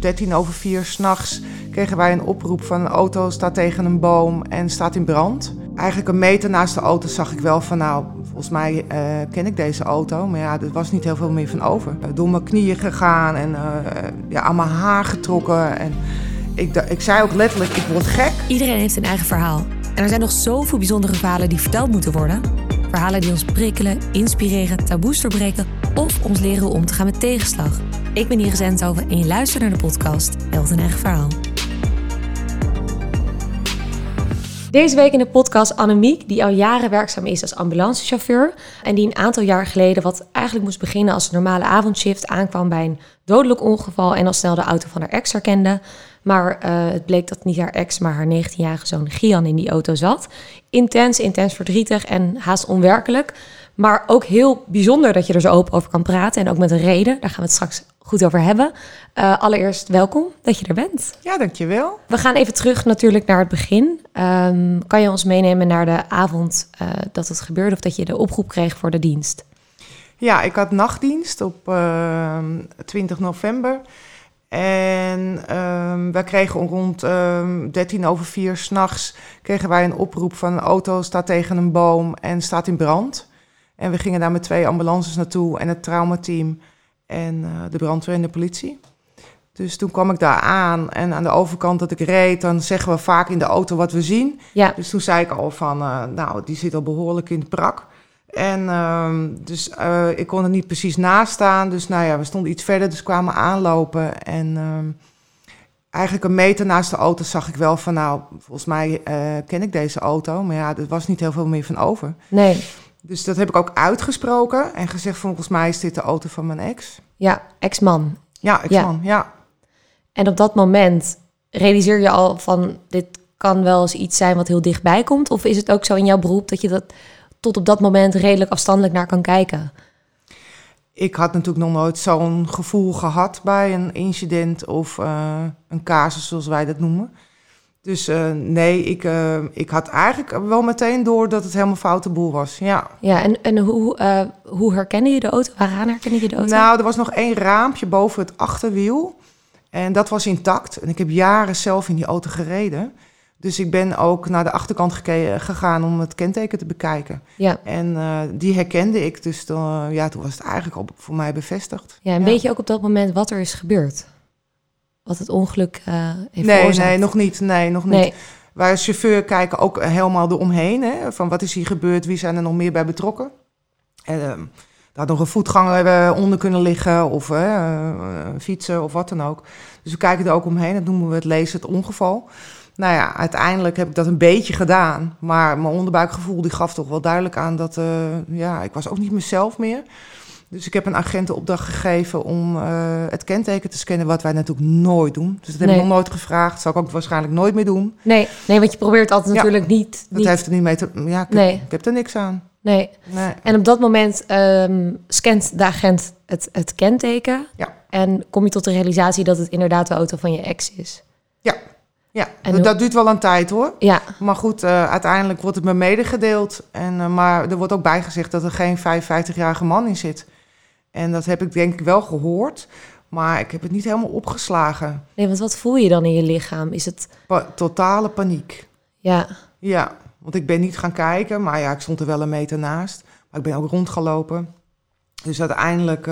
4:13 s'nachts kregen wij een oproep van een auto staat tegen een boom en staat in brand. Eigenlijk een meter naast de auto zag ik wel van nou, volgens mij ken ik deze auto. Maar ja, er was niet heel veel meer van over. Door mijn knieën gegaan en aan mijn haar getrokken. En ik zei ook letterlijk, ik word gek. Iedereen heeft een eigen verhaal. En er zijn nog zoveel bijzondere verhalen die verteld moeten worden. Verhalen die ons prikkelen, inspireren, taboes doorbreken of ons leren om te gaan met tegenslag. Ik ben Iris Enthoven en je luistert naar de podcast Held een eigen verhaal. Deze week in de podcast Annemiek, die al jaren werkzaam is als ambulancechauffeur en die een aantal jaar geleden wat eigenlijk moest beginnen als een normale avondshift aankwam bij een dodelijk ongeval en al snel de auto van haar ex herkende. Maar het bleek dat niet haar ex, maar haar 19-jarige zoon Gian in die auto zat. Intens verdrietig en haast onwerkelijk. Maar ook heel bijzonder dat je er zo open over kan praten en ook met een reden. Daar gaan we het straks goed over hebben. Allereerst welkom dat je er bent. Ja, dankjewel. We gaan even terug natuurlijk naar het begin. Kan je ons meenemen naar de avond dat het gebeurde of dat je de oproep kreeg voor de dienst? Ja, ik had nachtdienst op 20 november. En wij kregen rond 4:13 s'nachts kregen wij een oproep van een auto staat tegen een boom en staat in brand. En we gingen daar met 2 ambulances naartoe en het traumateam en de brandweer en de politie. Dus toen kwam ik daar aan en aan de overkant dat ik reed, dan zeggen we vaak in de auto wat we zien. Ja. Dus toen zei ik al van, die zit al behoorlijk in de prak. En ik kon er niet precies naast staan. Dus we stonden iets verder, dus kwamen aanlopen. En eigenlijk een meter naast de auto zag ik wel van, nou, volgens mij ken ik deze auto. Maar ja, er was niet heel veel meer van over. Nee. Dus dat heb ik ook uitgesproken en gezegd, volgens mij is dit de auto van mijn ex. Ja, ex-man. Ja, ex-man, ja. En op dat moment realiseer je al van, dit kan wel eens iets zijn wat heel dichtbij komt? Of is het ook zo in jouw beroep dat je dat tot op dat moment redelijk afstandelijk naar kan kijken? Ik had natuurlijk nog nooit zo'n gevoel gehad bij een incident of een casus zoals wij dat noemen. Dus ik had eigenlijk wel meteen door dat het helemaal foute boel was, ja. Ja, en hoe herkende je de auto? Waaraan herkende je de auto? Nou, er was nog 1 raampje boven het achterwiel en dat was intact. En ik heb jaren zelf in die auto gereden. Dus ik ben ook naar de achterkant gegaan om het kenteken te bekijken. Ja. En die herkende ik, dus toen was het eigenlijk al voor mij bevestigd. Ja, en weet je ook op dat moment wat er is gebeurd? Wat het ongeluk heeft veroorzaakt? Nee, nog niet. Nee, nog niet. Nee. Wij als chauffeur kijken ook helemaal eromheen. Hè, van wat is hier gebeurd, wie zijn er nog meer bij betrokken? En daar had nog een voetganger onder kunnen liggen of fietsen of wat dan ook. Dus we kijken er ook omheen, dat noemen we het lezen, het ongeval. Nou ja, uiteindelijk heb ik dat een beetje gedaan. Maar mijn onderbuikgevoel die gaf toch wel duidelijk aan dat ik was ook niet mezelf meer. Dus ik heb een agent de opdracht gegeven om het kenteken te scannen, wat wij natuurlijk nooit doen. Dus dat heb ik nog nooit gevraagd. Dat zal ik ook waarschijnlijk nooit meer doen. Nee, want je probeert altijd natuurlijk niet. Dat heeft er niet mee te... Ja, ik heb er niks aan. Nee. En op dat moment scant de agent het kenteken. Ja. En kom je tot de realisatie dat het inderdaad de auto van je ex is. Ja, dat duurt wel een tijd hoor. Ja. Maar goed, uiteindelijk wordt het me medegedeeld. Maar er wordt ook bijgezegd dat er geen 55-jarige man in zit. En dat heb ik denk ik wel gehoord. Maar ik heb het niet helemaal opgeslagen. Nee, want wat voel je dan in je lichaam? Is het... Totale paniek. Ja. Ja, want ik ben niet gaan kijken. Maar ja, ik stond er wel een meter naast. Maar ik ben ook rondgelopen. Dus uiteindelijk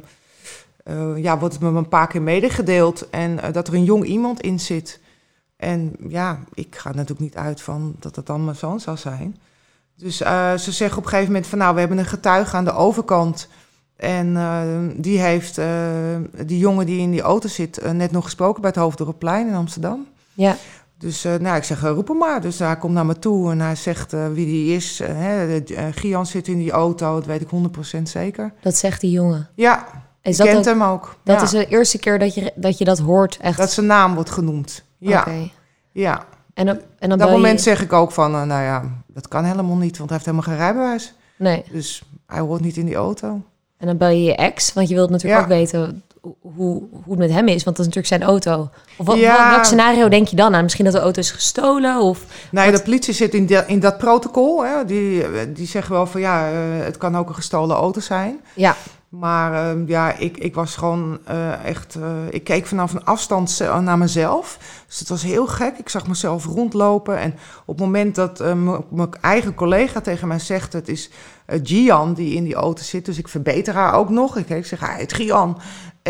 wordt het me een paar keer medegedeeld. En dat er een jong iemand in zit. En ja, ik ga er natuurlijk niet uit van dat het dan mijn zoon zou zijn. Dus ze zeggen op een gegeven moment van, nou, we hebben een getuige aan de overkant. En die heeft die jongen die in die auto zit net nog gesproken bij het Hoofddorpplein in Amsterdam. Ja. Dus ik zeg, roep hem maar. Dus hij komt naar me toe en hij zegt wie die is. Gian zit in die auto, dat weet ik 100% zeker. Dat zegt die jongen? Ja, ik kent hem ook. Dat is de eerste keer dat je dat hoort echt? Dat zijn naam wordt genoemd. Ja. Okay. Ja. En op dat moment zeg ik ook van, dat kan helemaal niet, want hij heeft helemaal geen rijbewijs. Nee. Dus hij hoort niet in die auto. En dan bel je je ex, want je wilt natuurlijk ook weten hoe het met hem is, want dat is natuurlijk zijn auto. Of welk scenario denk je dan aan? Misschien dat de auto is gestolen? Of nee, de politie zit in dat protocol. Hè. Die zeggen wel van het kan ook een gestolen auto zijn. Ja. Maar ik was gewoon echt... ik keek vanaf een afstand naar mezelf. Dus het was heel gek. Ik zag mezelf rondlopen. En op het moment dat mijn eigen collega tegen mij zegt... het is Gian die in die auto zit. Dus ik verbeter haar ook nog. Ik zeg, hij heet Gian.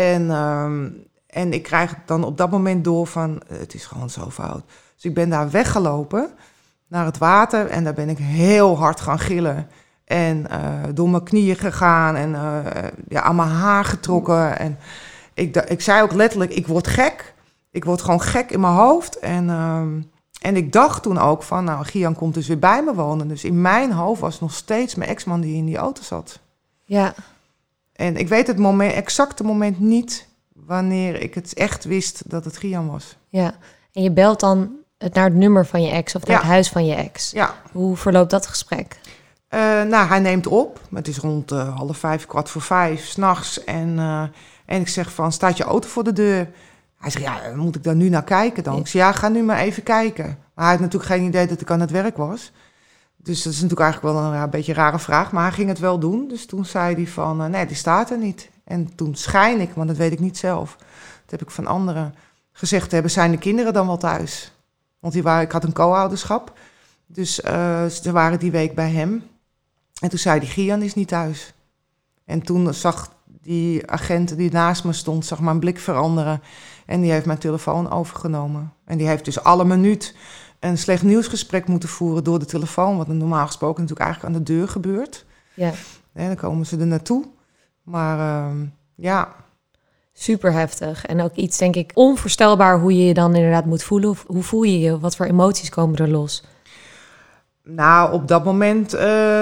En ik krijg dan op dat moment door van... het is gewoon zo fout. Dus ik ben daar weggelopen naar het water. En daar ben ik heel hard gaan gillen. En door mijn knieën gegaan en aan mijn haar getrokken. En ik zei ook letterlijk, ik word gek. Ik word gewoon gek in mijn hoofd. En ik dacht toen ook van, nou, Gian komt dus weer bij me wonen. Dus in mijn hoofd was nog steeds mijn ex-man die in die auto zat. Ja. En ik weet het exacte moment niet wanneer ik het echt wist dat het Gian was. Ja, en je belt dan naar het nummer van je ex of naar het huis van je ex. Ja. Hoe verloopt dat gesprek? Hij neemt op. Het is rond 4:30, 4:45 s'nachts. En ik zeg van, staat je auto voor de deur? Hij zegt, ja, moet ik daar nu naar kijken dan? Ik zeg, ja, ga nu maar even kijken. Maar hij had natuurlijk geen idee dat ik aan het werk was. Dus dat is natuurlijk eigenlijk wel een beetje een rare vraag. Maar hij ging het wel doen. Dus toen zei hij van, nee, die staat er niet. En toen schijn ik, maar dat weet ik niet zelf. Dat heb ik van anderen gezegd hebben. Zijn de kinderen dan wel thuis? Want ik had een co-ouderschap. Dus ze waren die week bij hem. En toen zei hij, Gian is niet thuis. En toen zag die agent die naast me stond, zag mijn blik veranderen. En die heeft mijn telefoon overgenomen. En die heeft dus alle minuut een slecht nieuwsgesprek moeten voeren door de telefoon. Wat normaal gesproken natuurlijk eigenlijk aan de deur gebeurt. Ja. En dan komen ze er naartoe. Maar ja. Super heftig. En ook iets, denk ik, onvoorstelbaar hoe je je dan inderdaad moet voelen. Hoe voel je je? Wat voor emoties komen er los? Nou, op dat moment,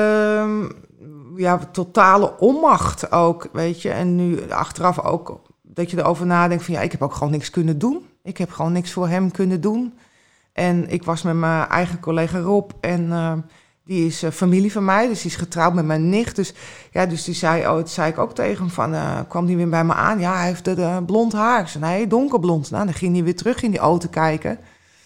totale onmacht ook, weet je. En nu achteraf ook dat je erover nadenkt van, ja, ik heb ook gewoon niks kunnen doen. Ik heb gewoon niks voor hem kunnen doen. En ik was met mijn eigen collega Rob en die is familie van mij, dus die is getrouwd met mijn nicht. Dus die zei, dat zei ik ook tegen hem van, kwam die weer bij me aan? Ja, hij heeft blond haar. Ik zei, nee, donkerblond. Nou, dan ging hij weer terug in die auto kijken.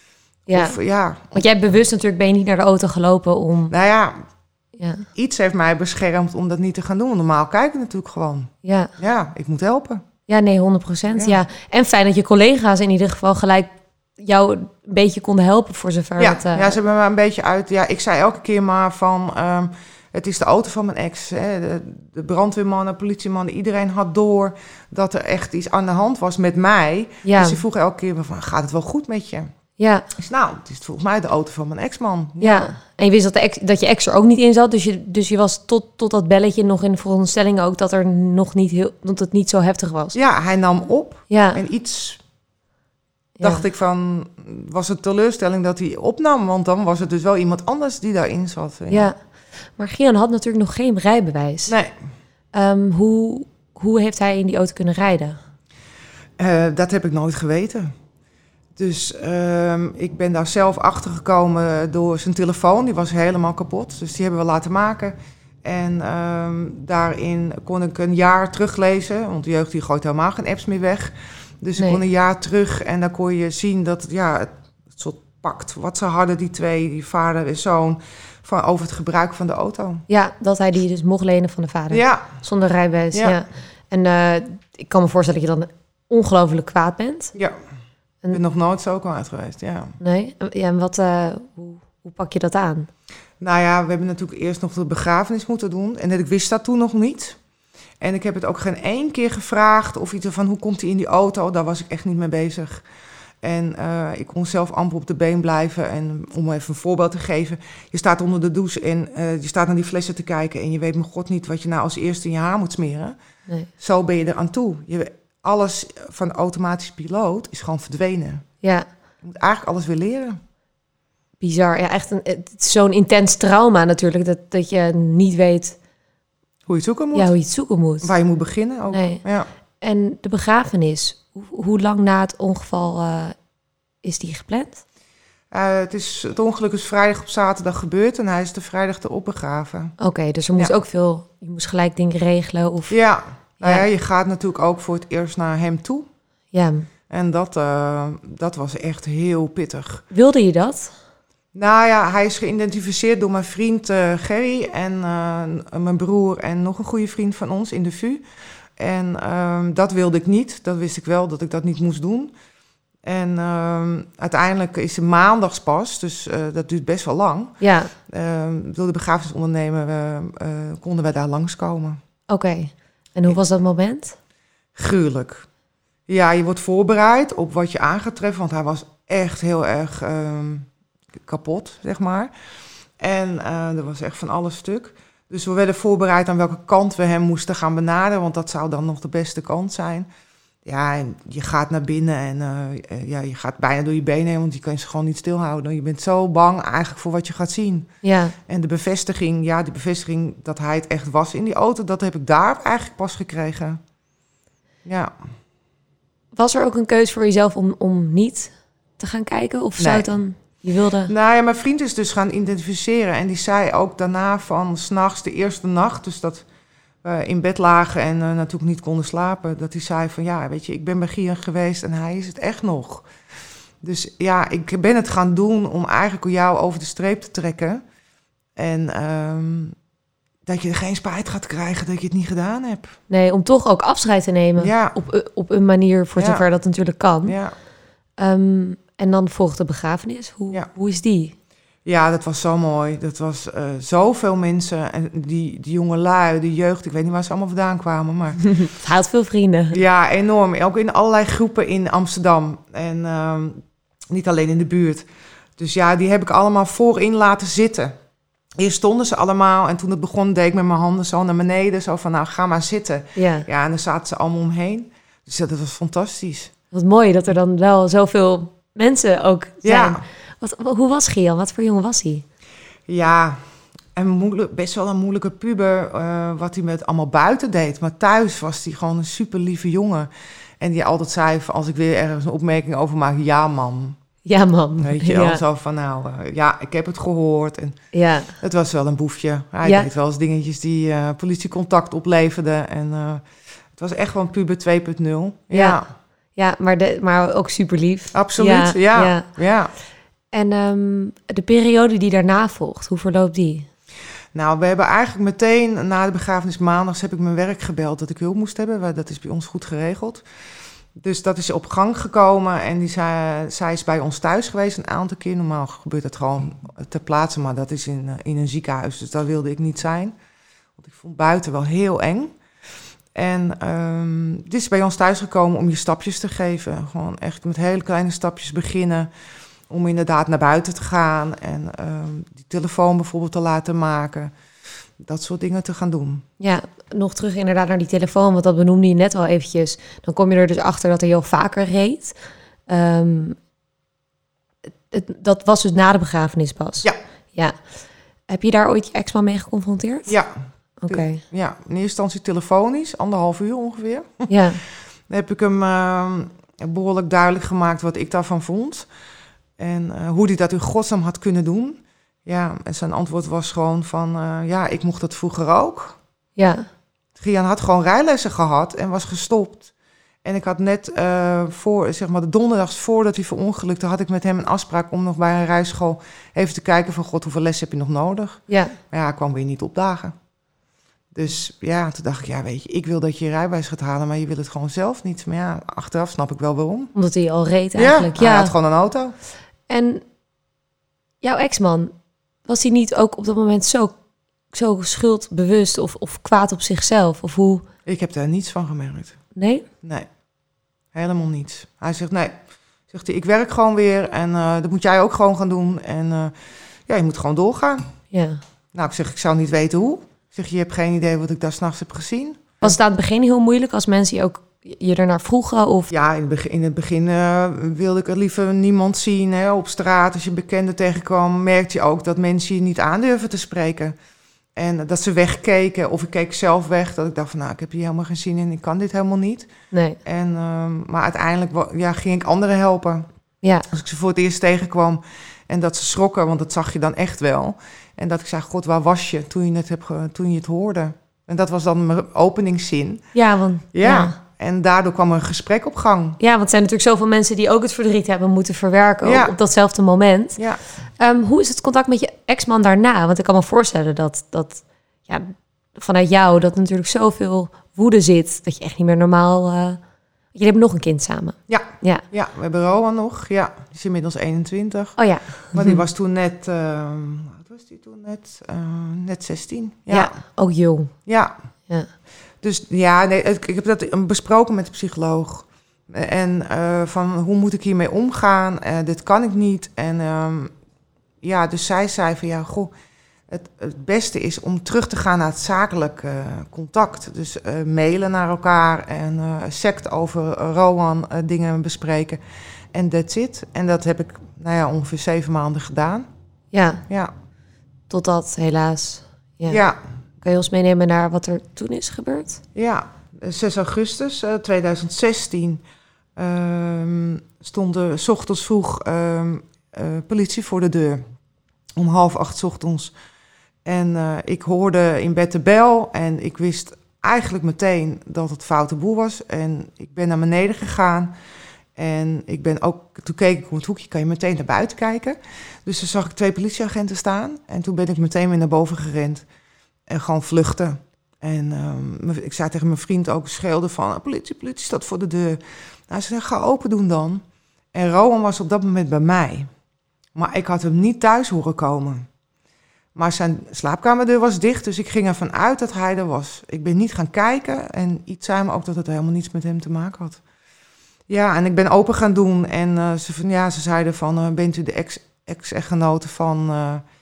Ja, want jij bewust natuurlijk ben je niet naar de auto gelopen om... Nou ja, iets heeft mij beschermd om dat niet te gaan doen. Normaal kijken natuurlijk gewoon. Ja, ik moet helpen. Ja, nee, 100%. Ja. En fijn dat je collega's in ieder geval gelijk jou een beetje konden helpen voor zover het... Ja, ze hebben me een beetje uit... Ja, ik zei elke keer maar van... het is de auto van mijn ex. Hè. De brandweermannen, politiemannen, iedereen had door dat er echt iets aan de hand was met mij. Ja. Dus ze vroegen elke keer van, gaat het wel goed met je? Ja. Dus het is volgens mij de auto van mijn ex-man. Ja, en je wist dat je ex er ook niet in zat. Dus je was tot dat belletje nog in de veronderstelling ook dat er nog niet dat het niet zo heftig was. Ja, hij nam op. Ja. En iets dacht ik van, was het teleurstelling dat hij opnam? Want dan was het dus wel iemand anders die daarin zat. Ja, maar Gian had natuurlijk nog geen rijbewijs. Nee. Hoe heeft hij in die auto kunnen rijden? Dat heb ik nooit geweten. Dus ik ben daar zelf achter gekomen door zijn telefoon. Die was helemaal kapot, dus die hebben we laten maken. En daarin kon ik een jaar teruglezen, want de jeugd die gooit helemaal geen apps meer weg. Dus ik kon een jaar terug en dan kon je zien dat het soort pakt wat ze hadden, die twee, die vader en zoon, over het gebruik van de auto. Ja, dat hij die dus mocht lenen van de vader. Ja. Zonder rijbewijs, ja. En ik kan me voorstellen dat je dan ongelooflijk kwaad bent. Ja. Ik ben nog nooit zo kwaad geweest, ja. Nee? Ja, en hoe pak je dat aan? Nou ja, we hebben natuurlijk eerst nog de begrafenis moeten doen. En ik wist dat toen nog niet. En ik heb het ook geen één keer gevraagd of iets van hoe komt hij in die auto. Daar was ik echt niet mee bezig. En ik kon zelf amper op de been blijven. En om even een voorbeeld te geven. Je staat onder de douche en je staat naar die flessen te kijken. En je weet mijn god niet wat je nou als eerste in je haar moet smeren. Nee. Zo ben je er aan toe. Alles van automatisch piloot is gewoon verdwenen. Ja. Je moet eigenlijk alles weer leren. Bizar. Ja, echt het is zo'n intens trauma natuurlijk. Dat je niet weet... Hoe je het zoeken moet. Ja, hoe je het zoeken moet. Waar je moet beginnen ook. Nee. Ja. En de begrafenis. Hoe lang na het ongeval is die gepland? Het ongeluk is vrijdag op zaterdag gebeurd. En hij is de vrijdag erop begraven. Oké, dus er moest ook veel... Je moest gelijk dingen regelen of... Ja. Nou ja, je gaat natuurlijk ook voor het eerst naar hem toe. Ja. En dat was echt heel pittig. Wilde je dat? Nou ja, hij is geïdentificeerd door mijn vriend Gerry en mijn broer en nog een goede vriend van ons in de VU. En dat wilde ik niet. Dat wist ik wel, dat ik dat niet moest doen. En uiteindelijk is het maandags pas, dus dat duurt best wel lang. Ja. Door de begrafenisondernemer konden wij daar langskomen. Oké. En hoe was dat moment? Gruwelijk. Ja, je wordt voorbereid op wat je aan gaat treffen, want hij was echt heel erg kapot, zeg maar. En er was echt van alles stuk. Dus we werden voorbereid aan welke kant we hem moesten gaan benaderen, want dat zou dan nog de beste kant zijn. Ja, en je gaat naar binnen en je gaat bijna door je benen heen, want je kan je gewoon niet stilhouden. Je bent zo bang eigenlijk voor wat je gaat zien. Ja. En die bevestiging dat hij het echt was in die auto, dat heb ik daar eigenlijk pas gekregen. Ja. Was er ook een keus voor jezelf om niet te gaan kijken? Of zou het dan... Je wilde... Nou ja, mijn vriend is dus gaan identificeren. En die zei ook daarna van 's nachts de eerste nacht, dus dat we in bed lagen en natuurlijk niet konden slapen, dat hij zei van ja, weet je, ik ben bij Gian geweest en hij is het echt nog. Dus ja, ik ben het gaan doen om eigenlijk jou over de streep te trekken. En dat je er geen spijt gaat krijgen dat je het niet gedaan hebt. Nee, om toch ook afscheid te nemen. Ja. Op een manier, voor zover dat natuurlijk kan. Ja. En dan volgt de begrafenis. Hoe is die? Ja, dat was zo mooi. Dat was zoveel mensen. En die jonge lui, de jeugd, ik weet niet waar ze allemaal vandaan kwamen. Maar Het haalt veel vrienden. ja, enorm. Ook in allerlei groepen in Amsterdam. En niet alleen in de buurt. Dus ja, die heb ik allemaal voorin laten zitten. Eerst stonden ze allemaal en toen het begon deed ik met mijn handen zo naar beneden. Zo van, nou, ga maar zitten. Ja. Ja, en dan zaten ze allemaal omheen. Dus dat was fantastisch. Wat mooi dat er dan wel zoveel mensen ook zijn. Ja. Hoe was Gian? Wat voor jongen was hij? Ja, en best wel een moeilijke puber, wat hij met allemaal buiten deed. Maar thuis was hij gewoon een super lieve jongen. En die altijd zei, als ik weer ergens een opmerking over maak, ja man. Ja man. Weet je wel, zo van nou, ik heb het gehoord. En ja. Het was wel een boefje. Hij deed wel eens dingetjes die politiecontact opleverden. En het was echt wel een puber 2.0. Ja, ja, maar ook super lief. Absoluut, ja. En de periode die daarna volgt, hoe verloopt die? Nou, we hebben eigenlijk meteen na de begrafenis maandags heb ik mijn werk gebeld dat ik hulp moest hebben. Dat is bij ons goed geregeld. Dus dat is op gang gekomen en zij is bij ons thuis geweest een aantal keer. Normaal gebeurt dat gewoon ter plaatse, maar dat is in een ziekenhuis. Dus daar wilde ik niet zijn. Want ik vond buiten wel heel eng. En dit is bij ons thuis gekomen om je stapjes te geven. Gewoon echt met hele kleine stapjes beginnen. Om inderdaad naar buiten te gaan en die telefoon bijvoorbeeld te laten maken. Dat soort dingen te gaan doen. Ja, nog terug inderdaad naar die telefoon, want dat benoemde je net al eventjes. Dan kom je er dus achter dat hij heel vaker reed. Dat was dus na de begrafenis pas? Ja. Heb je daar ooit je ex-man mee geconfronteerd? Ja. Oké. Ja, in eerste instantie telefonisch, 1,5 uur ongeveer. Ja. Dan heb ik hem behoorlijk duidelijk gemaakt wat ik daarvan vond. En hoe hij dat in godsnaam had kunnen doen. Ja, en zijn antwoord was gewoon van, ik mocht dat vroeger ook. Ja. Gian had gewoon rijlessen gehad en was gestopt. En ik had net de donderdags voordat hij verongelukte, had ik met hem een afspraak om nog bij een rijschool even te kijken van, god, hoeveel lessen heb je nog nodig? Ja. Maar ja, hij kwam weer niet opdagen. Dus ja, toen dacht ik, weet je, ik wil dat je je rijbewijs gaat halen, maar je wil het gewoon zelf niet. Maar ja, achteraf snap ik wel waarom. Omdat hij al reed eigenlijk. Ja, hij had gewoon een auto. En jouw ex-man, was hij niet ook op dat moment zo schuldbewust of kwaad op zichzelf? Of hoe? Ik heb daar niets van gemerkt. Nee? Nee, helemaal niets. Hij zegt, nee, zegt hij, ik werk gewoon weer en dat moet jij ook gewoon gaan doen. En je moet gewoon doorgaan. Ja. Nou, ik zeg, ik zou niet weten hoe. Ik zeg, je hebt geen idee wat ik daar 's nachts heb gezien. Was het aan het begin heel moeilijk als mensen je ernaar vroegen? Of? Ja, in het begin wilde ik er liever niemand zien. Hè. Op straat, als je bekenden tegenkwam, merkte je ook dat mensen je niet aandurven te spreken. En dat ze wegkeken, of ik keek zelf weg. Dat ik dacht van, ik heb hier helemaal geen zin in, ik kan dit helemaal niet. Nee. En, maar uiteindelijk ging ik anderen helpen. Ja. Als ik ze voor het eerst tegenkwam en dat ze schrokken, want dat zag je dan echt wel. En dat ik zei, god, waar was je toen je het hoorde? En dat was dan mijn openingszin. Ja, want... Ja. En daardoor kwam er een gesprek op gang. Ja, want er zijn natuurlijk zoveel mensen die ook het verdriet hebben moeten verwerken ook op datzelfde moment. Ja. Hoe is het contact met je ex-man daarna? Want ik kan me voorstellen dat vanuit jou dat natuurlijk zoveel woede zit, dat je echt niet meer normaal... Jullie hebben nog een kind samen. Ja, we hebben Rowan nog. Ja, die is inmiddels 21. Oh ja. Maar die was toen net... wat was die toen net? Net 16. Ja, ook jong. Ja. Dus ja, nee, ik heb dat besproken met de psycholoog. En van hoe moet ik hiermee omgaan? Dit kan ik niet. En dus zij zei van ja, goh, het beste is om terug te gaan naar het zakelijk contact. Dus mailen naar elkaar en sect over Rowan dingen bespreken. En that's it. En dat heb ik ongeveer 7 maanden gedaan. Ja. Totdat helaas. Ja. Kan je ons meenemen naar wat er toen is gebeurd? Ja, 6 augustus 2016 stond er 's ochtends vroeg politie voor de deur. Om 7:30 's ochtends. En ik hoorde in bed de bel en ik wist eigenlijk meteen dat het foute boel was. En ik ben naar beneden gegaan. En ik ben ook, toen keek ik om het hoekje, kan je meteen naar buiten kijken. Dus toen zag ik 2 politieagenten staan. En toen ben ik meteen weer naar boven gerend. En gewoon vluchten. En ik zei tegen mijn vriend ook, schreeuwde van, politie staat voor de deur. Nou, ze zei, ga open doen dan. En Rowan was op dat moment bij mij. Maar ik had hem niet thuis horen komen. Maar zijn slaapkamerdeur was dicht, dus ik ging ervan uit dat hij er was. Ik ben niet gaan kijken en iets zei me ook dat het helemaal niets met hem te maken had. Ja, en ik ben open gaan doen en ze zeiden van, bent u de ex-echtgenote van...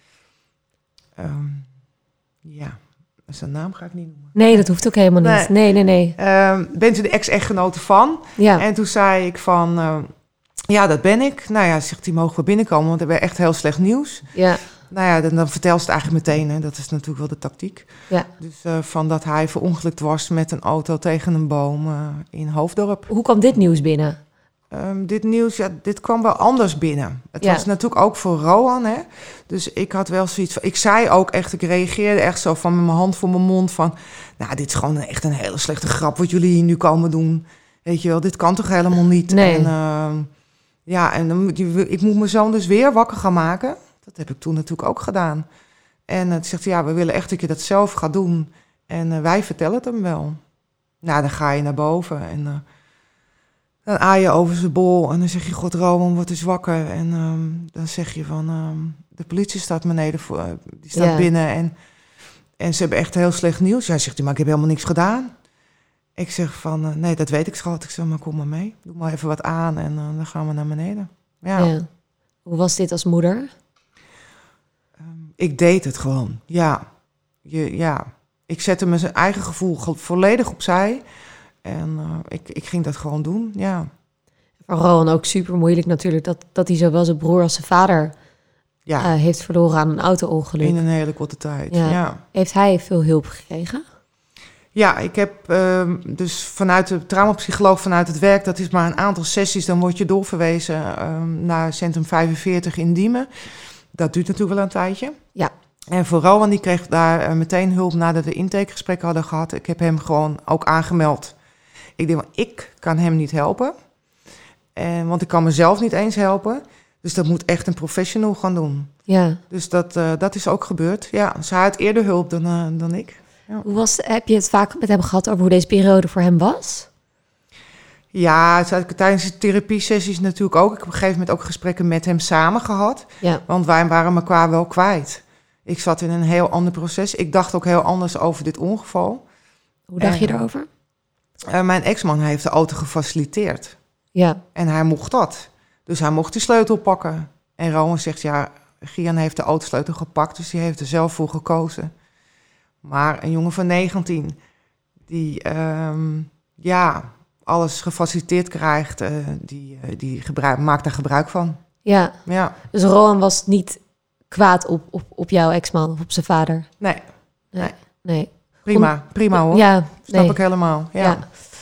zijn naam ga ik niet noemen. Nee, dat hoeft ook helemaal niet. Nee. Bent u de ex-echtgenote van? Ja. En toen zei ik van, ja, dat ben ik. Nou ja, zegt hij, mogen we binnenkomen, want we hebben echt heel slecht nieuws. Ja. Nou ja, dan vertel ze het eigenlijk meteen. Hè. Dat is natuurlijk wel de tactiek. Ja. Dus van dat hij verongelukt was met een auto tegen een boom in Hoofddorp. Hoe kwam dit nieuws binnen? Dit nieuws, dit kwam wel anders binnen. Het was natuurlijk ook voor Rowan, hè. Dus ik had wel zoiets van... Ik zei ook echt, ik reageerde echt zo van met mijn hand voor mijn mond van... Nou, dit is gewoon echt een hele slechte grap wat jullie hier nu komen doen. Weet je wel, dit kan toch helemaal niet? Nee. En dan ik moet mijn zoon dus weer wakker gaan maken. Dat heb ik toen natuurlijk ook gedaan. En het zegt, ja, we willen echt dat je dat zelf gaat doen. En wij vertellen het hem wel. Nou, dan ga je naar boven en... Dan aai je over zijn bol en dan zeg je, god Rowan, word eens wakker. En dan zeg je van, de politie staat beneden, die staat binnen. En ze hebben echt heel slecht nieuws. Hij zegt, maar ik heb helemaal niks gedaan. Ik zeg van, nee, dat weet ik schat. Ik zeg, maar kom maar mee. Doe maar even wat aan en dan gaan we naar beneden. Ja. Hoe was dit als moeder? Ik deed het gewoon, ja. Ik zette me zijn eigen gevoel volledig opzij. En ik ging dat gewoon doen, ja. Voor Rowan ook super moeilijk natuurlijk... dat hij zowel zijn broer als zijn vader heeft verloren aan een auto-ongeluk. In een hele korte tijd, ja. Heeft hij veel hulp gekregen? Ja, ik heb dus vanuit de traumapsycholoog, vanuit het werk... dat is maar een aantal sessies, dan word je doorverwezen... naar Centrum 45 in Diemen. Dat duurt natuurlijk wel een tijdje. Ja. En voor Rowan, die kreeg daar meteen hulp nadat we intakegesprekken hadden gehad. Ik heb hem gewoon ook aangemeld... Ik denk, ik kan hem niet helpen. Want ik kan mezelf niet eens helpen. Dus dat moet echt een professional gaan doen. Ja. Dus dat is ook gebeurd. Ja, ze had eerder hulp dan ik. Ja. Heb je het vaak met hem gehad over hoe deze periode voor hem was? Ja, tijdens de therapiesessies natuurlijk ook. Ik heb op een gegeven moment ook gesprekken met hem samen gehad. Ja. Want wij waren elkaar wel kwijt. Ik zat in een heel ander proces. Ik dacht ook heel anders over dit ongeval. Hoe dacht je erover? Mijn ex-man heeft de auto gefaciliteerd. Ja. En hij mocht dat. Dus hij mocht die sleutel pakken. En Rowan zegt, ja, Gian heeft de autosleutel gepakt... dus die heeft er zelf voor gekozen. Maar een jongen van 19... die alles gefaciliteerd krijgt... die maakt daar gebruik van. Ja. Dus Rowan was niet kwaad op jouw ex-man of op zijn vader? Nee. Prima hoor. Ja, snap ik helemaal. Ja.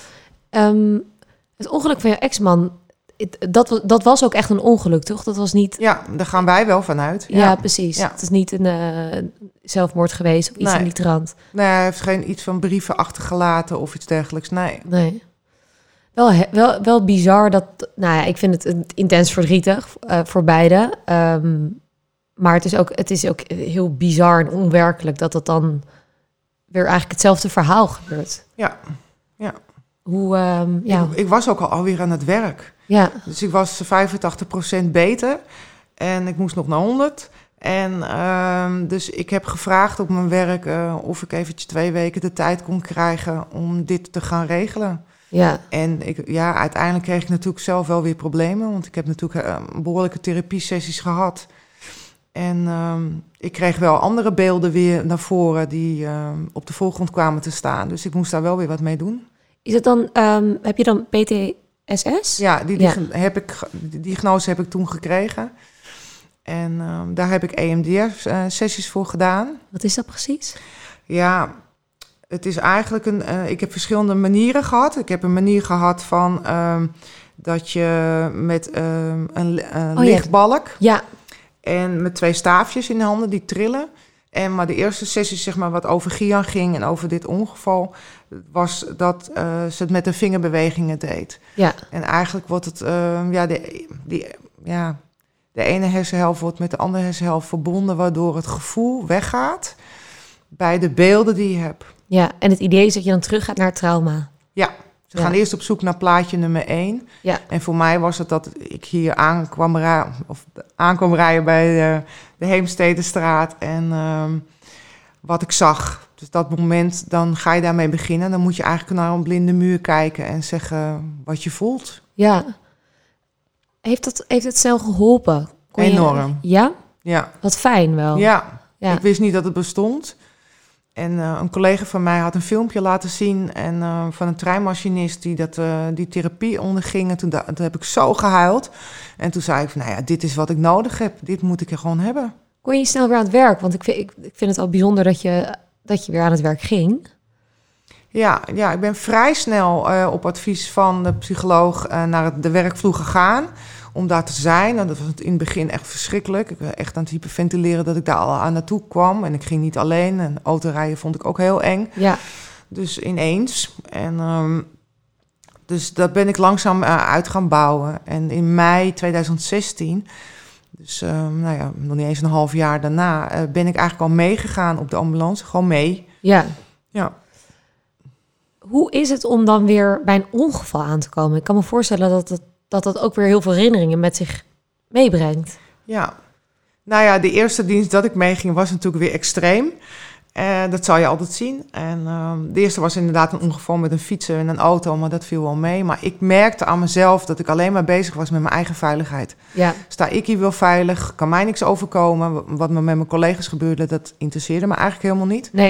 Het ongeluk van je ex-man, dat was ook echt een ongeluk, toch? Dat was niet... Ja, daar gaan wij wel vanuit. Ja, precies. Ja. Het is niet een zelfmoord geweest of iets in die trant. Nee, hij heeft geen iets van brieven achtergelaten of iets dergelijks, nee. Wel bizar dat... Nou ja, ik vind het intens verdrietig voor beide. Maar het is ook heel bizar en onwerkelijk dat dan weer eigenlijk hetzelfde verhaal gebeurt. Ja. Hoe, Ik was ook alweer aan het werk. Ja. Dus ik was 85% beter en ik moest nog naar 100. En dus ik heb gevraagd op mijn werk of ik eventjes 2 weken de tijd kon krijgen om dit te gaan regelen. Ja. En uiteindelijk kreeg ik natuurlijk zelf wel weer problemen, want ik heb natuurlijk behoorlijke therapiesessies gehad. En ik kreeg wel andere beelden weer naar voren die op de voorgrond kwamen te staan. Dus ik moest daar wel weer wat mee doen. Is het dan, heb je dan PTSS? Ja, die diagnose heb ik toen gekregen. En daar heb ik EMDR-sessies voor gedaan. Wat is dat precies? Ja, het is eigenlijk ik heb verschillende manieren gehad. Ik heb een manier gehad van dat je met een lichtbalk... Ja. En met 2 staafjes in de handen die trillen. Maar de eerste sessie, zeg maar, wat over Gian ging en over dit ongeval, was dat ze het met de vingerbewegingen deed. Ja. En eigenlijk wordt het, de ene hersenhelft wordt met de andere hersenhelft verbonden, waardoor het gevoel weggaat bij de beelden die je hebt. Ja, en het idee is dat je dan terug gaat naar het trauma. Ja. Ze gaan eerst op zoek naar plaatje nummer 1. Ja. En voor mij was het dat ik hier aankwam rijden bij de Heemstedenstraat. En wat ik zag. Dus dat moment, dan ga je daarmee beginnen. Dan moet je eigenlijk naar een blinde muur kijken en zeggen wat je voelt. Ja. Heeft het snel geholpen? Enorm. Ja? Ja. Wat fijn wel. Ja. Ik wist niet dat het bestond. En een collega van mij had een filmpje laten zien van een treinmachinist die therapie onderging. En toen heb ik zo gehuild. En toen zei ik van, dit is wat ik nodig heb. Dit moet ik er gewoon hebben. Kon je snel weer aan het werk? Want ik vind het al bijzonder dat je weer aan het werk ging. Ja, ik ben vrij snel op advies van de psycholoog naar de werkvloer gegaan. Om daar te zijn. En dat was in het begin echt verschrikkelijk. Ik was echt aan het hyperventileren dat ik daar al aan naartoe kwam. En ik ging niet alleen. En autorijden vond ik ook heel eng. Ja. Dus ineens. En dus dat ben ik langzaam uit gaan bouwen. En in mei 2016, dus nog niet eens een half jaar daarna, ben ik eigenlijk al meegegaan op de ambulance. Gewoon mee. Ja. Ja. Hoe is het om dan weer bij een ongeval aan te komen? Ik kan me voorstellen dat ook weer heel veel herinneringen met zich meebrengt. Ja. Nou ja, de eerste dienst dat ik meeging was natuurlijk weer extreem. Dat zal je altijd zien. En de eerste was inderdaad een ongeval met een fietser en een auto, maar dat viel wel mee. Maar ik merkte aan mezelf dat ik alleen maar bezig was met mijn eigen veiligheid. Ja. Sta ik hier wel veilig? Kan mij niks overkomen? Wat me met mijn collega's gebeurde, dat interesseerde me eigenlijk helemaal niet. Nee.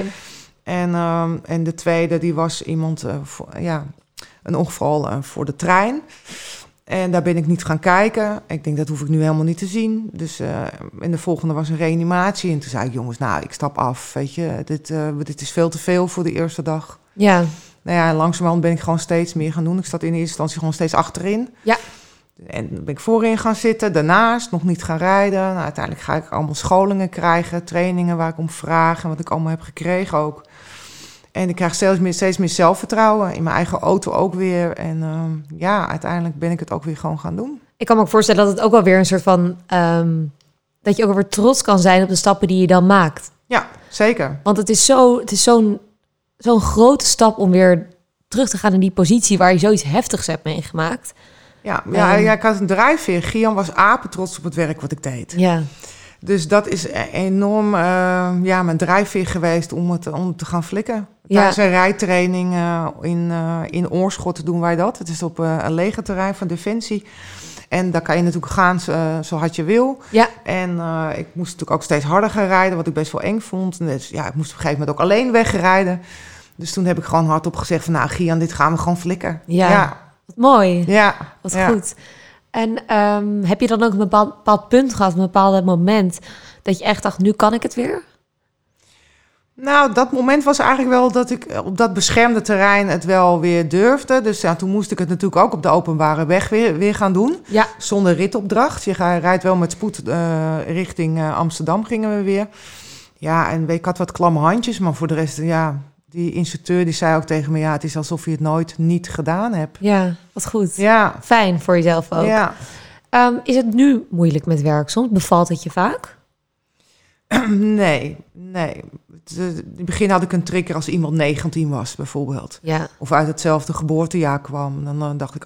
En de tweede, die was iemand, een ongeval voor de trein. En daar ben ik niet gaan kijken. Ik denk, dat hoef ik nu helemaal niet te zien. Dus en de volgende was een reanimatie. En toen zei ik, jongens, ik stap af. Weet je, dit is veel te veel voor de eerste dag. Ja. Nou ja, langzamerhand ben ik gewoon steeds meer gaan doen. Ik zat in eerste instantie gewoon steeds achterin. Ja. En dan ben ik voorin gaan zitten. Daarnaast nog niet gaan rijden. Nou, uiteindelijk ga ik allemaal scholingen krijgen. Trainingen waar ik om vraag. En wat ik allemaal heb gekregen ook. En ik krijg steeds meer zelfvertrouwen. In mijn eigen auto ook weer. En uiteindelijk ben ik het ook weer gewoon gaan doen. Ik kan me ook voorstellen dat het ook wel weer een soort van... dat je ook weer trots kan zijn op de stappen die je dan maakt. Ja, zeker. Want het is zo'n grote stap om weer terug te gaan in die positie waar je zoiets heftigs hebt meegemaakt. Ja, ik had een drijfveer. Gian was apetrots op het werk wat ik deed. Ja. Dus dat is enorm mijn drijfveer geweest om het te gaan flikken. Ja. Tijdens een rijtraining in Oorschot doen wij dat. Het is op een legerterrein van Defensie. En daar kan je natuurlijk gaan zo hard je wil. Ja. En ik moest natuurlijk ook steeds harder gaan rijden, wat ik best wel eng vond. Dus ik moest op een gegeven moment ook alleen wegrijden. Dus toen heb ik gewoon hardop gezegd van, Gian, dit gaan we gewoon flikken. Ja. Wat mooi. Ja. Wat goed. En heb je dan ook een bepaald punt gehad, een bepaald moment, dat je echt dacht, nu kan ik het weer? Nou, dat moment was eigenlijk wel dat ik op dat beschermde terrein het wel weer durfde. Dus toen moest ik het natuurlijk ook op de openbare weg weer gaan doen. Ja. Zonder ritopdracht. Je rijdt wel met spoed richting Amsterdam gingen we weer. Ja, en ik had wat klamme handjes, maar voor de rest, die instructeur die zei ook tegen me... het is alsof je het nooit niet gedaan hebt. Ja, wat goed. Ja. Fijn voor jezelf ook. Ja. Is het nu moeilijk met werk soms? Bevalt het je vaak? Nee. In het begin had ik een trigger als iemand 19 was, bijvoorbeeld. Ja. Of uit hetzelfde geboortejaar kwam. Dan dacht ik,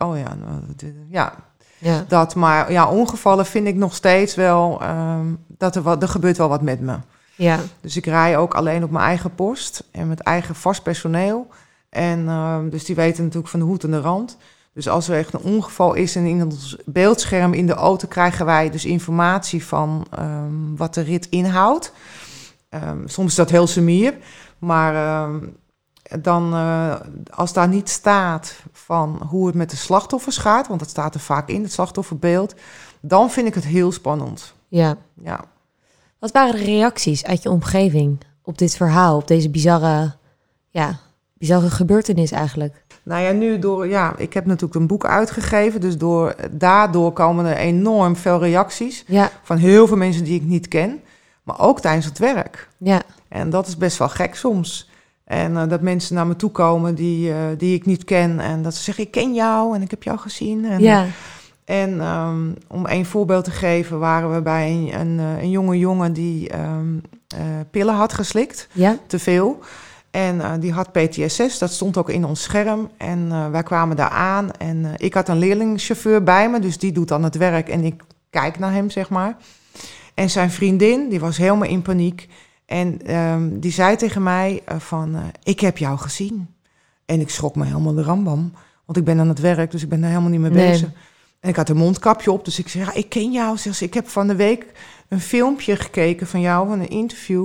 Ja. dat. Maar ongevallen vind ik nog steeds wel... dat er gebeurt wel wat met me. Ja. Dus ik rij ook alleen op mijn eigen post en met eigen vast personeel. En dus die weten natuurlijk van de hoed en de rand. Dus als er echt een ongeval is en in ons beeldscherm in de auto... krijgen wij dus informatie van wat de rit inhoudt. Soms is dat heel sumier, maar dan als daar niet staat van hoe het met de slachtoffers gaat... want dat staat er vaak in, het slachtofferbeeld... dan vind ik het heel spannend. Ja. Wat waren de reacties uit je omgeving op dit verhaal, op deze bizarre gebeurtenis eigenlijk? Nou ja, ik heb natuurlijk een boek uitgegeven, dus daardoor komen er enorm veel reacties van heel veel mensen die ik niet ken, maar ook tijdens het werk. Ja. En dat is best wel gek soms. En dat mensen naar me toe komen die ik niet ken en dat ze zeggen, ik ken jou en ik heb jou gezien. En om een voorbeeld te geven, waren we bij een jonge jongen die pillen had geslikt, te veel. En die had PTSS, dat stond ook in ons scherm. En wij kwamen daar aan en ik had een leerlingchauffeur bij me, dus die doet dan het werk en ik kijk naar hem, zeg maar. En zijn vriendin, die was helemaal in paniek. En die zei tegen mij ik heb jou gezien. En ik schrok me helemaal de rambam, want ik ben aan het werk, dus ik ben daar helemaal niet mee bezig. En ik had een mondkapje op, dus ik zei, ik ken jou. Ik heb van de week een filmpje gekeken van jou, van een interview,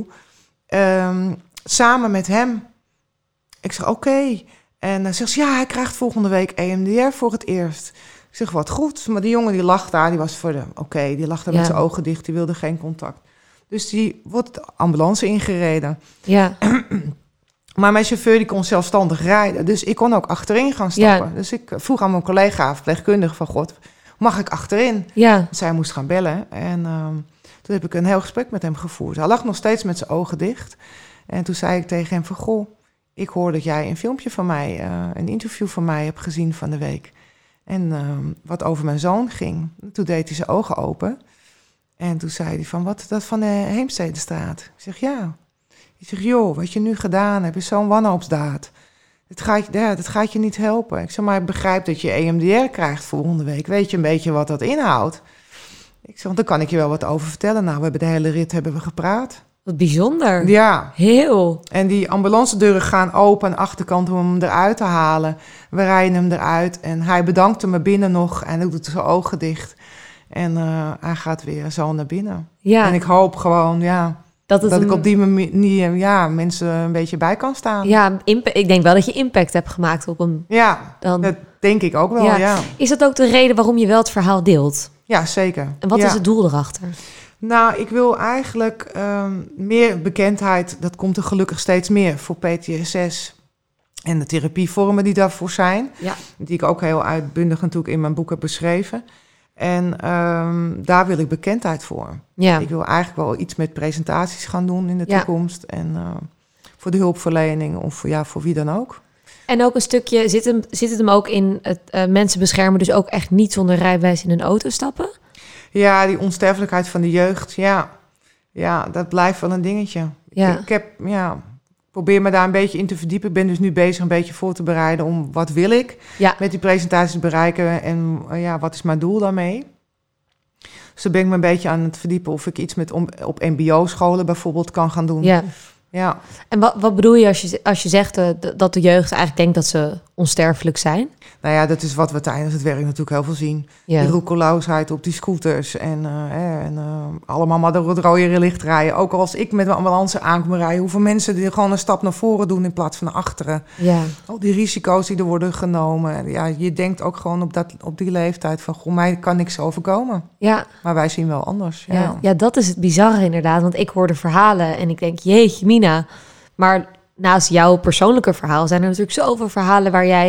samen met hem. Ik zeg, oké. En dan zegt ze, hij krijgt volgende week EMDR voor het eerst. Ik zeg, wat goed. Maar die jongen die lag daar, die was die lag daar met zijn ogen dicht, die wilde geen contact. Dus die wordt de ambulance ingereden. Ja. Maar mijn chauffeur die kon zelfstandig rijden. Dus ik kon ook achterin gaan stappen. Ja. Dus ik vroeg aan mijn collega, verpleegkundige, van God, mag ik achterin? Ja. Zij moest gaan bellen. En toen heb ik een heel gesprek met hem gevoerd. Hij lag nog steeds met zijn ogen dicht. En toen zei ik tegen hem van, goh, ik hoor dat jij een filmpje van mij, een interview van mij hebt gezien van de week. En wat over mijn zoon ging. Toen deed hij zijn ogen open. En toen zei hij van, wat dat van de Heemstedestraat? Ik zeg, ja. Ik zeg, joh, wat je nu gedaan hebt is zo'n wanhoopsdaad. Dat gaat je niet helpen. Ik zeg, maar ik begrijp dat je EMDR krijgt volgende week. Weet je een beetje wat dat inhoudt? Ik zeg, want dan kan ik je wel wat over vertellen. Nou, we hebben de hele rit gepraat. Wat bijzonder. Ja. Heel. En die ambulancedeuren gaan open aan de achterkant om hem eruit te halen. We rijden hem eruit en hij bedankte me binnen nog en hij doet zijn ogen dicht. En hij gaat weer zo naar binnen. Ja. En ik hoop gewoon, dat ik op die manier mensen een beetje bij kan staan. Ja, ik denk wel dat je impact hebt gemaakt op hem. Ja, dat denk ik ook wel, ja. Is dat ook de reden waarom je wel het verhaal deelt? Ja, zeker. En wat is het doel erachter? Nou, ik wil eigenlijk meer bekendheid, dat komt er gelukkig steeds meer, voor PTSS en de therapievormen die daarvoor zijn. Ja. Die ik ook heel uitbundig natuurlijk in mijn boek heb beschreven. En daar wil ik bekendheid voor. Ja. Ik wil eigenlijk wel iets met presentaties gaan doen in de toekomst. En voor de hulpverlening of voor wie dan ook. En ook een stukje, zit het hem ook in het mensen beschermen, dus ook echt niet zonder rijbewijs in een auto stappen? Ja, die onsterfelijkheid van de jeugd, ja, dat blijft wel een dingetje. Ja. Ik probeer me daar een beetje in te verdiepen. Ik ben dus nu bezig een beetje voor te bereiden om wat wil ik met die presentaties bereiken en wat is mijn doel daarmee. Dus dan ben ik me een beetje aan het verdiepen of ik iets op mbo-scholen bijvoorbeeld kan gaan doen. Ja. Ja. En wat bedoel je als je zegt dat de jeugd eigenlijk denkt dat ze onsterfelijk zijn? Nou ja, dat is wat we tijdens het werk natuurlijk heel veel zien. Ja. Die roekeloosheid op die scooters en allemaal maar door het rode licht rijden. Ook als ik met mijn ambulance aankom rijden, hoeveel mensen die gewoon een stap naar voren doen in plaats van naar achteren. Ja. Al die risico's die er worden genomen. Ja, je denkt ook gewoon op die leeftijd van, goh, mij kan niks overkomen. Ja. Maar wij zien wel anders. Ja, dat is het bizarre inderdaad. Want ik hoor de verhalen en ik denk, jeetje mina. Maar naast jouw persoonlijke verhaal zijn er natuurlijk zoveel verhalen waar jij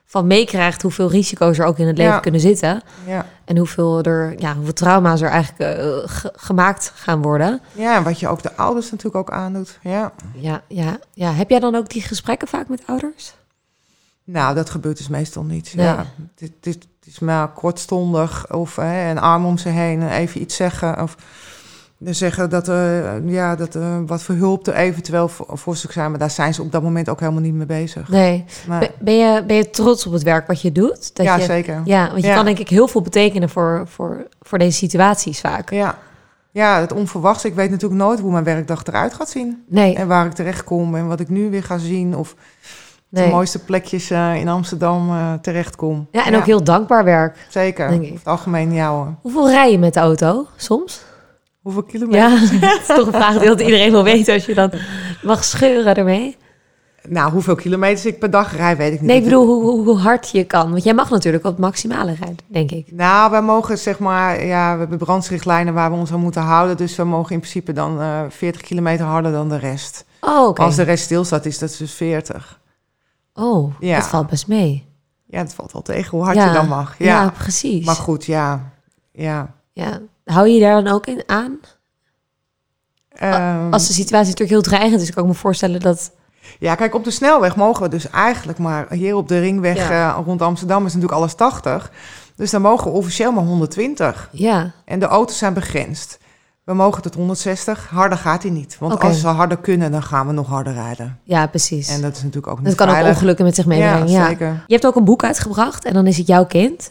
van meekrijgt hoeveel risico's er ook in het leven kunnen zitten. Ja. En hoeveel trauma's er eigenlijk gemaakt gaan worden. Ja, en wat je ook de ouders natuurlijk ook aandoet. Ja. Heb jij dan ook die gesprekken vaak met ouders? Nou, dat gebeurt dus meestal niet. Nee. Ja, het is maar kortstondig of een arm om ze heen en even iets zeggen. Of zeggen dat wat voor hulp er eventueel voor ze zijn. Maar daar zijn ze op dat moment ook helemaal niet mee bezig. Nee. Maar, ben je trots op het werk wat je doet? Zeker. Ja, want je kan denk ik heel veel betekenen voor deze situaties vaak. Ja, het onverwachts. Ik weet natuurlijk nooit hoe mijn werkdag eruit gaat zien. Nee. En waar ik terecht kom en wat ik nu weer ga zien. Of de mooiste plekjes in Amsterdam terechtkom. Ja, en ook heel dankbaar werk. Zeker, denk ik. Over het algemeen jou. Hoeveel rij je met de auto soms? Hoeveel kilometer? Ja, dat is toch een vraag die iedereen wil weten als je dan mag scheuren ermee. Nou, hoeveel kilometers ik per dag rij, weet ik niet. Nee, ik bedoel hoe hard je kan. Want jij mag natuurlijk op het maximale rijden, denk ik. Nou, wij mogen we hebben brandsrichtlijnen waar we ons aan moeten houden. Dus we mogen in principe dan 40 kilometer harder dan de rest. Oh, oké. Als de rest stilstaat, is dat dus 40. Oh, dat valt best mee. Ja, dat valt wel tegen hoe hard je dan mag. Ja, precies. Maar goed, ja. Hou je je daar dan ook in aan? Als de situatie natuurlijk heel dreigend is, kan ik me voorstellen dat... Ja, kijk, op de snelweg mogen we dus eigenlijk maar... Hier op de ringweg rond Amsterdam is natuurlijk alles 80. Dus dan mogen we officieel maar 120. Ja. En de auto's zijn begrensd. We mogen tot 160. Harder gaat hij niet. Want als we harder kunnen, dan gaan we nog harder rijden. Ja, precies. En dat is natuurlijk ook niet dat kan veilig. ook ongelukken met zich meebrengen. Ja, zeker. Je hebt ook een boek uitgebracht en dan is het jouw kind.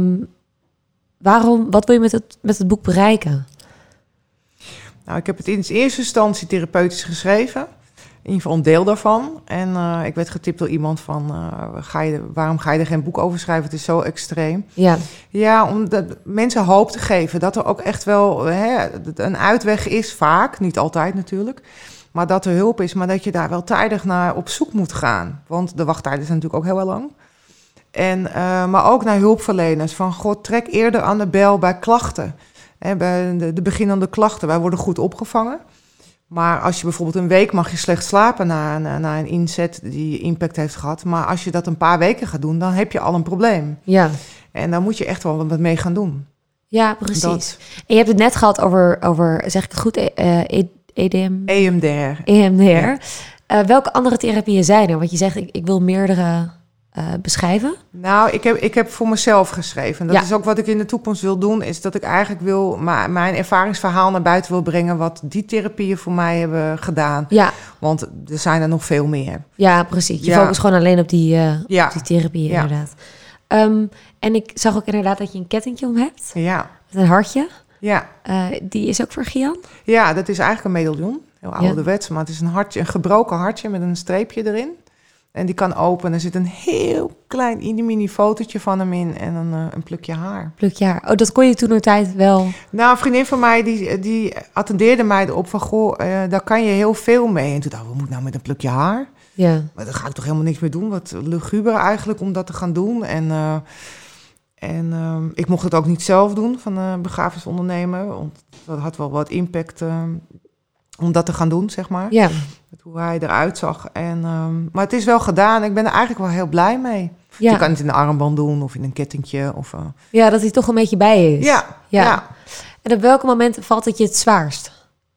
Wat wil je met het boek bereiken? Nou, ik heb het in eerste instantie therapeutisch geschreven. In ieder geval een deel daarvan. En ik werd getipt door iemand van... waarom ga je er geen boek over schrijven? Het is zo extreem. Ja, om mensen hoop te geven. Dat er ook echt wel een uitweg is. Vaak, niet altijd natuurlijk. Maar dat er hulp is. Maar dat je daar wel tijdig naar op zoek moet gaan. Want de wachttijden zijn natuurlijk ook heel lang. Maar ook naar hulpverleners. Van, god, trek eerder aan de bel bij klachten. Bij de beginnende klachten. Wij worden goed opgevangen. Maar als je bijvoorbeeld een week mag je slecht slapen na een inzet die impact heeft gehad. Maar als je dat een paar weken gaat doen, dan heb je al een probleem. Ja. En dan moet je echt wel wat mee gaan doen. Ja, precies. En je hebt het net gehad over zeg ik het goed, EDM? EMDR. EMDR. Ja. Welke andere therapieën zijn er? Want je zegt, ik wil meerdere beschrijven. Nou, ik heb voor mezelf geschreven. Dat is ook wat ik in de toekomst wil doen. Is dat ik eigenlijk mijn ervaringsverhaal naar buiten wil brengen. Wat die therapieën voor mij hebben gedaan. Ja. Want er zijn er nog veel meer. Ja, precies. Je focust gewoon alleen op die therapieën inderdaad. En ik zag ook inderdaad dat je een kettingje om hebt. Ja. Met een hartje. Ja. Die is ook voor Gian? Ja, dat is eigenlijk een medaillon. Heel ouderwets. Maar het is een gebroken hartje met een streepje erin. En die kan open. Er zit een heel klein mini fotootje van hem in en een plukje haar. Plukje haar. Oh, dat kon je toen een tijd wel? Nou, een vriendin van mij die attendeerde mij erop van... Goh, daar kan je heel veel mee. En toen dacht ik, wat moet ik nou met een plukje haar? Ja. Maar daar ga ik toch helemaal niks mee doen. Wat luguber eigenlijk om dat te gaan doen. En ik mocht het ook niet zelf doen van een begrafenisondernemer. Want dat had wel wat impact... om dat te gaan doen, zeg maar. Ja. Met hoe hij eruit zag. Maar het is wel gedaan. Ik ben er eigenlijk wel heel blij mee. Ja. Je kan het in een armband doen of in een kettingje. Ja, dat hij toch een beetje bij je is. Ja. En op welke momenten valt het je het zwaarst?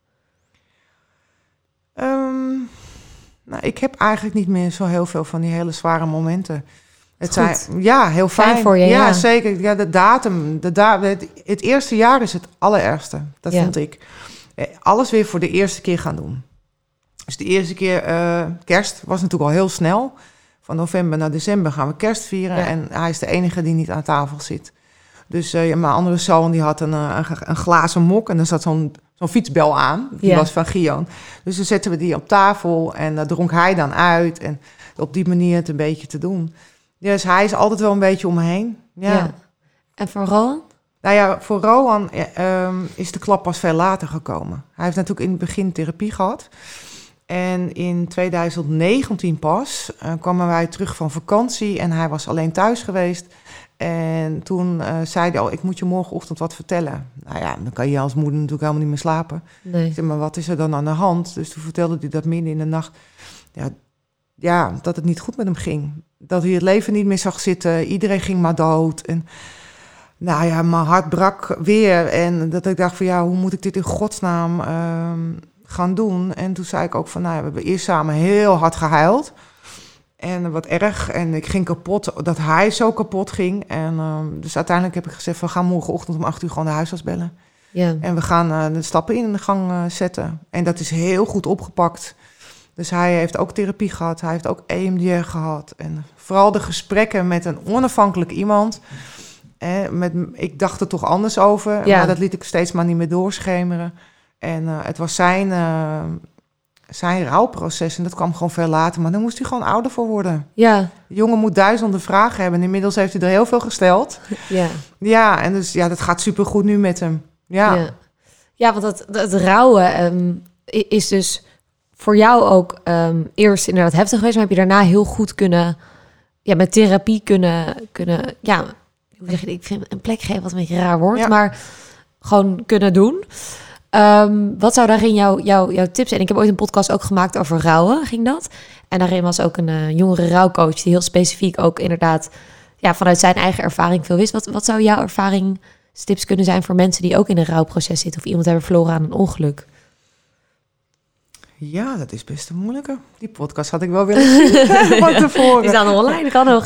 Nou, ik heb eigenlijk niet meer zo heel veel van die hele zware momenten. Het zijn, heel fijn. Voor je, ja, zeker. Ja, de datum. Het eerste jaar is het allerergste. Dat vond ik. Alles weer voor de eerste keer gaan doen. Dus de eerste keer kerst was natuurlijk al heel snel. Van november naar december gaan we kerst vieren. Ja. En hij is de enige die niet aan tafel zit. Dus mijn andere zoon die had een glazen mok. En er zat zo'n fietsbel aan. Die was van Gian. Dus dan zetten we die op tafel. En dat dronk hij dan uit. En op die manier het een beetje te doen. Dus hij is altijd wel een beetje om me heen. Ja. En voor Rowan? Nou ja, voor Rowan is de klap pas veel later gekomen. Hij heeft natuurlijk in het begin therapie gehad. En in 2019 pas kwamen wij terug van vakantie en hij was alleen thuis geweest. En toen zei hij al, ik moet je morgenochtend wat vertellen. Nou ja, dan kan je als moeder natuurlijk helemaal niet meer slapen. Nee. Ik zei, maar wat is er dan aan de hand? Dus toen vertelde hij dat midden in de nacht. Ja, dat het niet goed met hem ging. Dat hij het leven niet meer zag zitten. Iedereen ging maar dood. En mijn hart brak weer. En dat ik dacht van hoe moet ik dit in godsnaam gaan doen? En toen zei ik ook van, we hebben eerst samen heel hard gehuild. En wat erg. En ik ging kapot, dat hij zo kapot ging. En dus uiteindelijk heb ik gezegd, we gaan morgenochtend om 8:00 gewoon de huisarts bellen. Ja. En we gaan de stappen in de gang zetten. En dat is heel goed opgepakt. Dus hij heeft ook therapie gehad. Hij heeft ook EMDR gehad. En vooral de gesprekken met een onafhankelijk iemand. Ik dacht er toch anders over. Ja. Maar dat liet ik steeds maar niet meer doorschemeren. En het was zijn rouwproces. En dat kwam gewoon veel later. Maar dan moest hij gewoon ouder voor worden. Ja. De jongen moet duizenden vragen hebben. En inmiddels heeft hij er heel veel gesteld. Ja. Ja, en dus dat gaat supergoed nu met hem. Ja, ja want dat rouwen is dus voor jou ook eerst inderdaad heftig geweest, maar heb je daarna heel goed met therapie kunnen hoe zeg je, ik vind een plek geven wat een beetje raar wordt, maar gewoon kunnen doen. Wat zou daarin jouw tips zijn? Ik heb ooit een podcast ook gemaakt over rouwen, ging dat? En daarin was ook een jongere rouwcoach die heel specifiek ook inderdaad vanuit zijn eigen ervaring veel wist. Wat zou jouw ervaringstips kunnen zijn voor mensen die ook in een rouwproces zitten of iemand hebben verloren aan een ongeluk? Ja, dat is best een moeilijke. Die podcast had ik wel willen zien van tevoren. Die staan online, dat kan nog.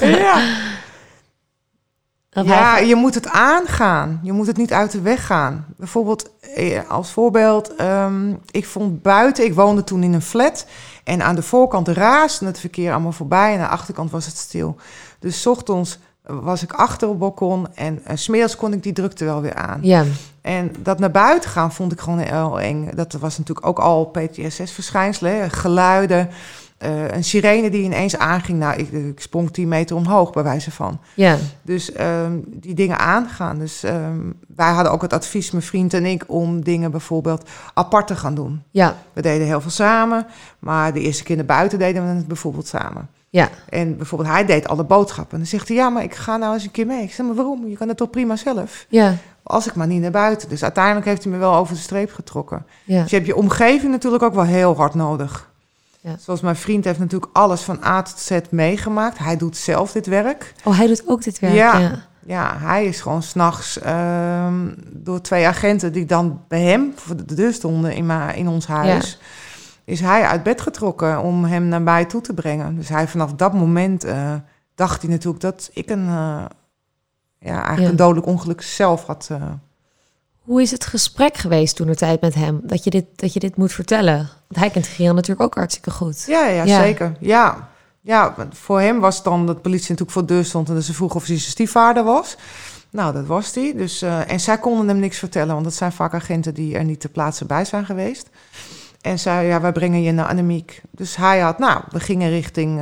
Ja, je moet het aangaan. Je moet het niet uit de weg gaan. Bijvoorbeeld, als voorbeeld, ik vond buiten, ik woonde toen in een flat. En aan de voorkant raasde het verkeer allemaal voorbij. En aan de achterkant was het stil. Dus 's ochtends was ik achter op het balkon. En 's middags kon ik die drukte wel weer aan. Ja. En dat naar buiten gaan vond ik gewoon heel eng. Dat was natuurlijk ook al PTSS-verschijnselen. Geluiden, een sirene die ineens aanging. Nou, ik sprong 10 meter omhoog, bij wijze van. Ja. Dus die dingen aangaan. Dus wij hadden ook het advies, mijn vriend en ik, om dingen bijvoorbeeld apart te gaan doen. Ja. We deden heel veel samen, maar de eerste keer naar buiten deden we het bijvoorbeeld samen. Ja. En bijvoorbeeld hij deed alle boodschappen. En dan zegt hij, maar ik ga nou eens een keer mee. Ik zeg, maar waarom? Je kan het toch prima zelf? Ja. Als ik maar niet naar buiten. Dus uiteindelijk heeft hij me wel over de streep getrokken. Ja. Dus je hebt je omgeving natuurlijk ook wel heel hard nodig. Ja. Zoals mijn vriend heeft natuurlijk alles van A tot Z meegemaakt. Hij doet zelf dit werk. Oh, hij doet ook dit werk? Ja, hij is gewoon 's nachts door 2 agenten die dan bij hem voor de deur stonden in ons huis. Ja. Is hij uit bed getrokken om hem naar mij toe te brengen. Dus hij vanaf dat moment dacht hij natuurlijk dat ik een dodelijk ongeluk zelf had. Hoe is het gesprek geweest toen de tijd met hem? Dat je dit moet vertellen? Want hij kent Gian natuurlijk ook hartstikke goed. Ja, zeker. Ja, voor hem was het dan dat de politie natuurlijk voor de deur stond en dat ze vroeg of hij zijn stiefvader was. Nou, dat was hij. Dus, en zij konden hem niks vertellen, want dat zijn vaak agenten die er niet ter plaatse bij zijn geweest. En zei, wij brengen je naar Annemiek. Dus hij had, we gingen richting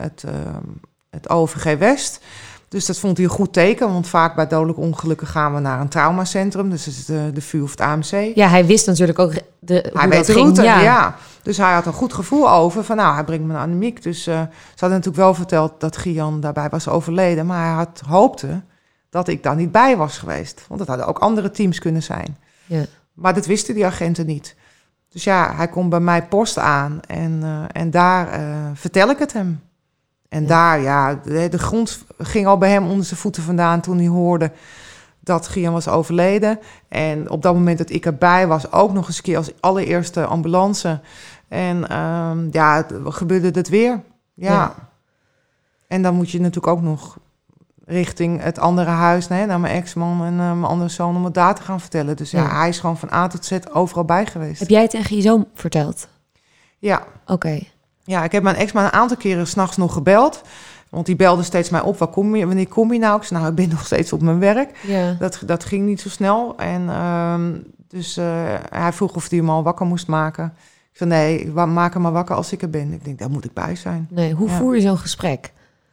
het OVG West. Dus dat vond hij een goed teken, want vaak bij dodelijke ongelukken gaan we naar een traumacentrum. Dus dat is de VU of het AMC. Ja, hij wist natuurlijk ook hij weet de route, ja. Dus hij had een goed gevoel over van, hij brengt me naar Annemiek. Dus ze hadden natuurlijk wel verteld dat Gian daarbij was overleden. Maar hij hoopte dat ik daar niet bij was geweest. Want dat hadden ook andere teams kunnen zijn. Ja. Maar dat wisten die agenten niet. Dus hij komt bij mij post aan en daar vertel ik het hem. En daar, de grond ging al bij hem onder zijn voeten vandaan toen hij hoorde dat Gian was overleden. En op dat moment dat ik erbij was, ook nog eens een keer als allereerste ambulance. En gebeurde het weer. Ja. En dan moet je natuurlijk ook nog richting het andere huis, naar mijn ex-man en mijn andere zoon, om het daar te gaan vertellen. Dus hij is gewoon van A tot Z overal bij geweest. Heb jij het tegen je zoon verteld? Ja. Oké. Ja, ik heb mijn ex-man een aantal keren 's nachts nog gebeld. Want die belde steeds mij op, wanneer kom je nou? Ik zei, ik ben nog steeds op mijn werk. Ja. Dat ging niet zo snel. En dus hij vroeg of hij hem al wakker moest maken. Ik zei, nee, maak hem maar wakker als ik er ben. Ik denk, daar moet ik bij zijn. Nee, hoe voer je zo'n gesprek?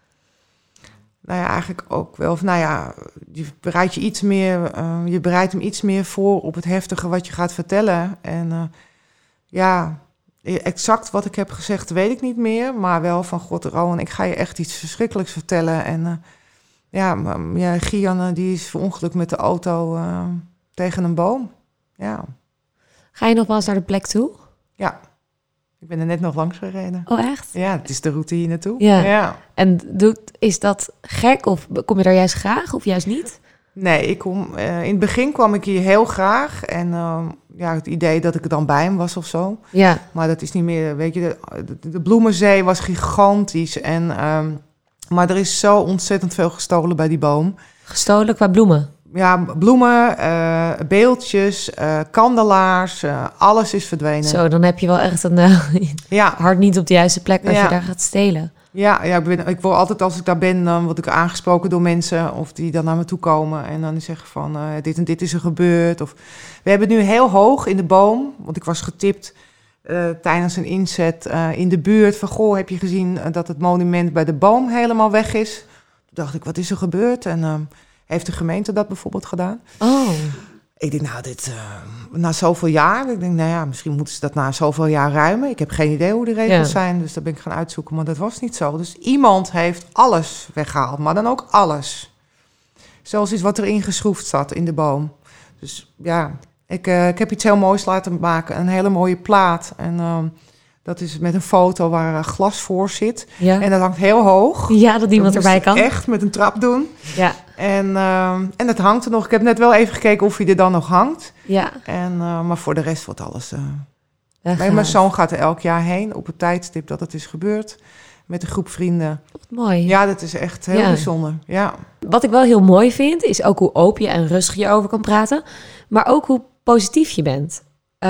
Nou ja, eigenlijk ook wel. Je bereidt je bereidt hem iets meer voor op het heftige wat je gaat vertellen. En exact wat ik heb gezegd weet ik niet meer. Maar wel van, God, Rowan, ik ga je echt iets verschrikkelijks vertellen. En Gian die is verongelukt met de auto tegen een boom. Ja. Ga je nog wel eens naar de plek toe? Ja. Ik ben er net nog langs gereden. Oh, echt? Ja, het is de route hier naartoe. Ja. En is dat gek of kom je daar juist graag of juist niet? Nee, in het begin kwam ik hier heel graag. En het idee dat ik er dan bij hem was of zo. Ja. Maar dat is niet meer, weet je, de Bloemenzee was gigantisch. Maar er is zo ontzettend veel gestolen bij die boom. Gestolen qua bloemen? Ja, bloemen, beeldjes, kandelaars, alles is verdwenen. Zo, dan heb je wel echt een hart niet op de juiste plek als je daar gaat stelen. Ja, ik word altijd, als ik daar ben, dan word ik aangesproken door mensen of die dan naar me toe komen en dan zeggen van dit en dit is er gebeurd. Of we hebben het nu heel hoog in de boom, want ik was getipt tijdens een inzet in de buurt van goh, heb je gezien dat het monument bij de boom helemaal weg is? Toen dacht ik, wat is er gebeurd? En heeft de gemeente dat bijvoorbeeld gedaan? Oh. Ik denk, na zoveel jaar, misschien moeten ze dat na zoveel jaar ruimen. Ik heb geen idee hoe de regels zijn, dus daar ben ik gaan uitzoeken, maar dat was niet zo. Dus iemand heeft alles weggehaald, maar dan ook alles. Zelfs iets wat erin geschroefd zat in de boom. Dus ja, ik heb iets heel moois laten maken, een hele mooie plaat. En dat is met een foto waar glas voor zit. Ja. En dat hangt heel hoog. Ja, dat niemand erbij kan. Echt met een trap doen. Ja. En dat hangt er nog. Ik heb net wel even gekeken of hij er dan nog hangt. Ja. Maar voor de rest wordt alles... Mijn zoon gaat er elk jaar heen op het tijdstip dat het is gebeurd. Met een groep vrienden. Wat mooi. Ja, dat is echt heel bijzonder. Ja. Wat ik wel heel mooi vind, is ook hoe open je en rustig je over kan praten. Maar ook hoe positief je bent.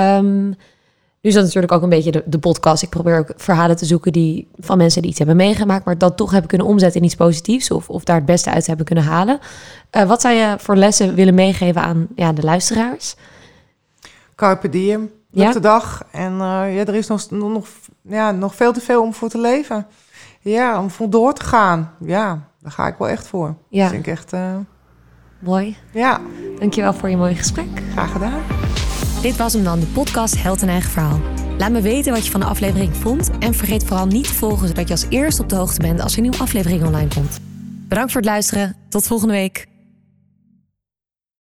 Nu is dat natuurlijk ook een beetje de podcast. Ik probeer ook verhalen te zoeken van mensen die iets hebben meegemaakt, maar dat toch hebben kunnen omzetten in iets positiefs of daar het beste uit hebben kunnen halen. Wat zou je voor lessen willen meegeven aan de luisteraars? Carpe diem, op de dag. En er is nog veel te veel om voor te leven. Ja, om voor door te gaan. Ja, daar ga ik wel echt voor. Ja. Dat vind ik echt... Mooi. Ja. Dankjewel voor je mooie gesprek. Graag gedaan. Dit was hem dan, de podcast Held een Eigen Verhaal. Laat me weten wat je van de aflevering vond. En vergeet vooral niet te volgen, zodat je als eerste op de hoogte bent als er een nieuwe aflevering online komt. Bedankt voor het luisteren. Tot volgende week.